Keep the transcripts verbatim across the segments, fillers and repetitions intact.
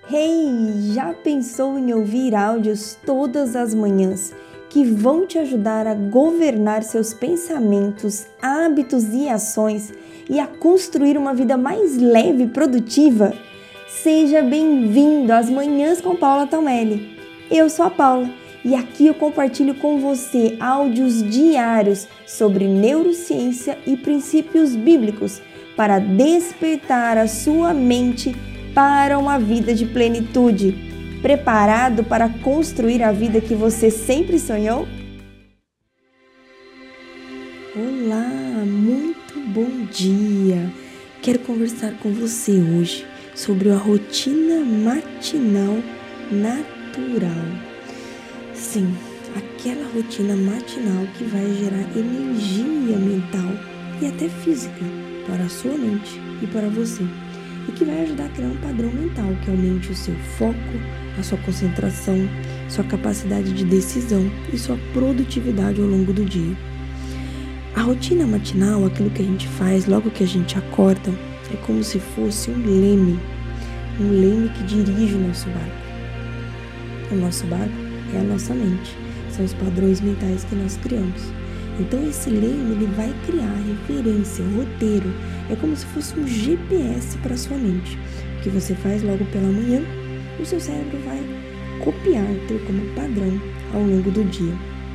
Hey, já pensou em ouvir áudios todas as manhãs que vão te ajudar a governar seus pensamentos, hábitos e ações e a construir uma vida mais leve e produtiva? Seja bem-vindo às Manhãs com Paula Taumelli. Eu sou a Paula e aqui eu compartilho com você áudios diários sobre neurociência e princípios bíblicos para despertar a sua mente para uma vida de plenitude. Preparado para construir a vida que você sempre sonhou? Olá, muito bom dia! Quero conversar com você hoje sobre a rotina matinal natural. Sim, aquela rotina matinal que vai gerar energia mental e até física para a sua mente e para você. E que vai ajudar a criar um padrão mental que aumente o seu foco, a sua concentração, sua capacidade de decisão e sua produtividade ao longo do dia. A rotina matinal, aquilo que a gente faz logo que a gente acorda, é como se fosse um leme, um leme que dirige o nosso barco. O nosso barco é a nossa mente, são os padrões mentais que nós criamos. Então esse leme ele vai criar referência, roteiro, é como se fosse um G P S para sua mente. O que você faz logo pela manhã, o seu cérebro vai copiar, ter como padrão ao longo do dia.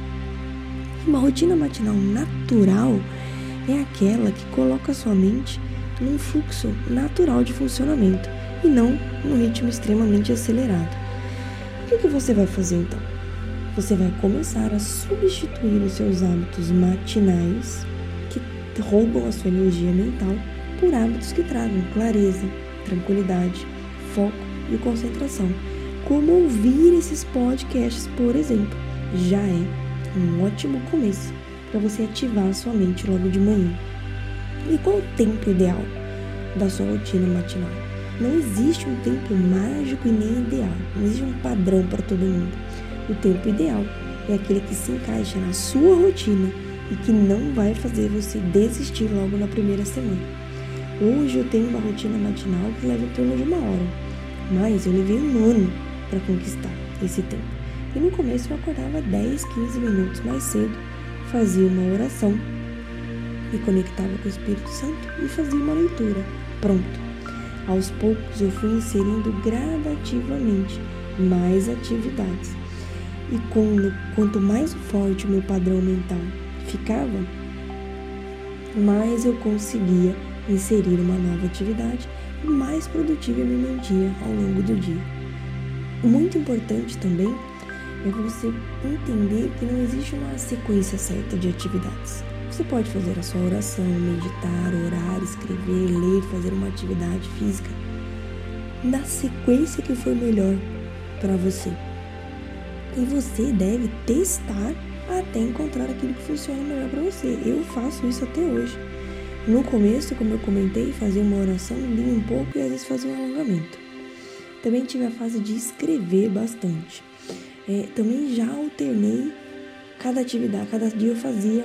Uma rotina matinal natural é aquela que coloca a sua mente num fluxo natural de funcionamento e não num ritmo extremamente acelerado. O que, que você vai fazer então? Você vai começar a substituir os seus hábitos matinais, que roubam a sua energia mental, por hábitos que tragam clareza, tranquilidade, foco e concentração. Como ouvir esses podcasts, por exemplo, já é um ótimo começo para você ativar a sua mente logo de manhã. E qual o tempo ideal da sua rotina matinal? Não existe um tempo mágico e nem ideal, não existe um padrão para todo mundo. O tempo ideal é aquele que se encaixa na sua rotina e que não vai fazer você desistir logo na primeira semana. Hoje eu tenho uma rotina matinal que leva em torno de uma hora, mas eu levei um ano para conquistar esse tempo. E no começo eu acordava dez, quinze minutos mais cedo, fazia uma oração, me conectava com o Espírito Santo e fazia uma leitura. Pronto. Aos poucos eu fui inserindo gradativamente mais atividades. E quando, quanto mais forte o meu padrão mental ficava, mais eu conseguia inserir uma nova atividade e mais produtiva eu me mantia ao longo do dia. Muito importante também é você entender que não existe uma sequência certa de atividades. Você pode fazer a sua oração, meditar, orar, escrever, ler, fazer uma atividade física na sequência que for melhor para você. E você deve testar até encontrar aquilo que funciona melhor para você. Eu faço isso até hoje. No começo, como eu comentei, fazia uma oração, lia um pouco e às vezes fazia um alongamento. Também tive a fase de escrever bastante. É, também já alternei cada atividade, cada dia eu fazia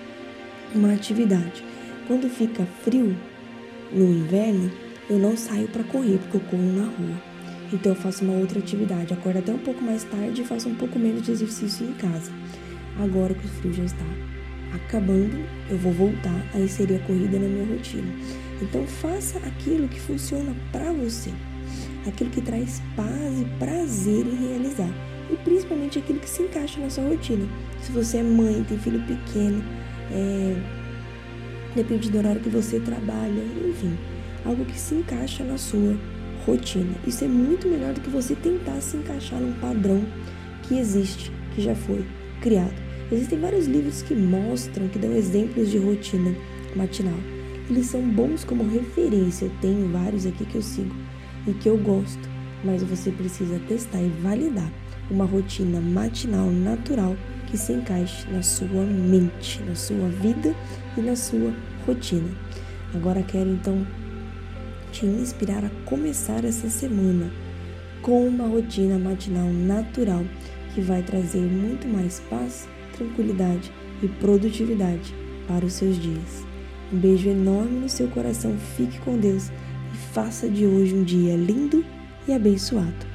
uma atividade. Quando fica frio no inverno, eu não saio para correr, porque eu corro na rua. Então eu faço uma outra atividade, acordo até um pouco mais tarde e faço um pouco menos de exercício em casa. Agora que o frio já está acabando, eu vou voltar a inserir a corrida na minha rotina. Então faça aquilo que funciona para você, aquilo que traz paz e prazer em realizar. E principalmente aquilo que se encaixa na sua rotina. Se você é mãe, tem filho pequeno, é... depende do horário que você trabalha, enfim, algo que se encaixa na sua rotina. Isso é muito melhor do que você tentar se encaixar num padrão que existe, que já foi criado. Existem vários livros que mostram, que dão exemplos de rotina matinal. Eles são bons como referência. Eu tenho vários aqui que eu sigo e que eu gosto, mas você precisa testar e validar uma rotina matinal natural que se encaixe na sua mente, na sua vida e na sua rotina. Agora quero então te inspirar a começar essa semana com uma rotina matinal natural que vai trazer muito mais paz, tranquilidade e produtividade para os seus dias. Um beijo enorme no seu coração, fique com Deus e faça de hoje um dia lindo e abençoado.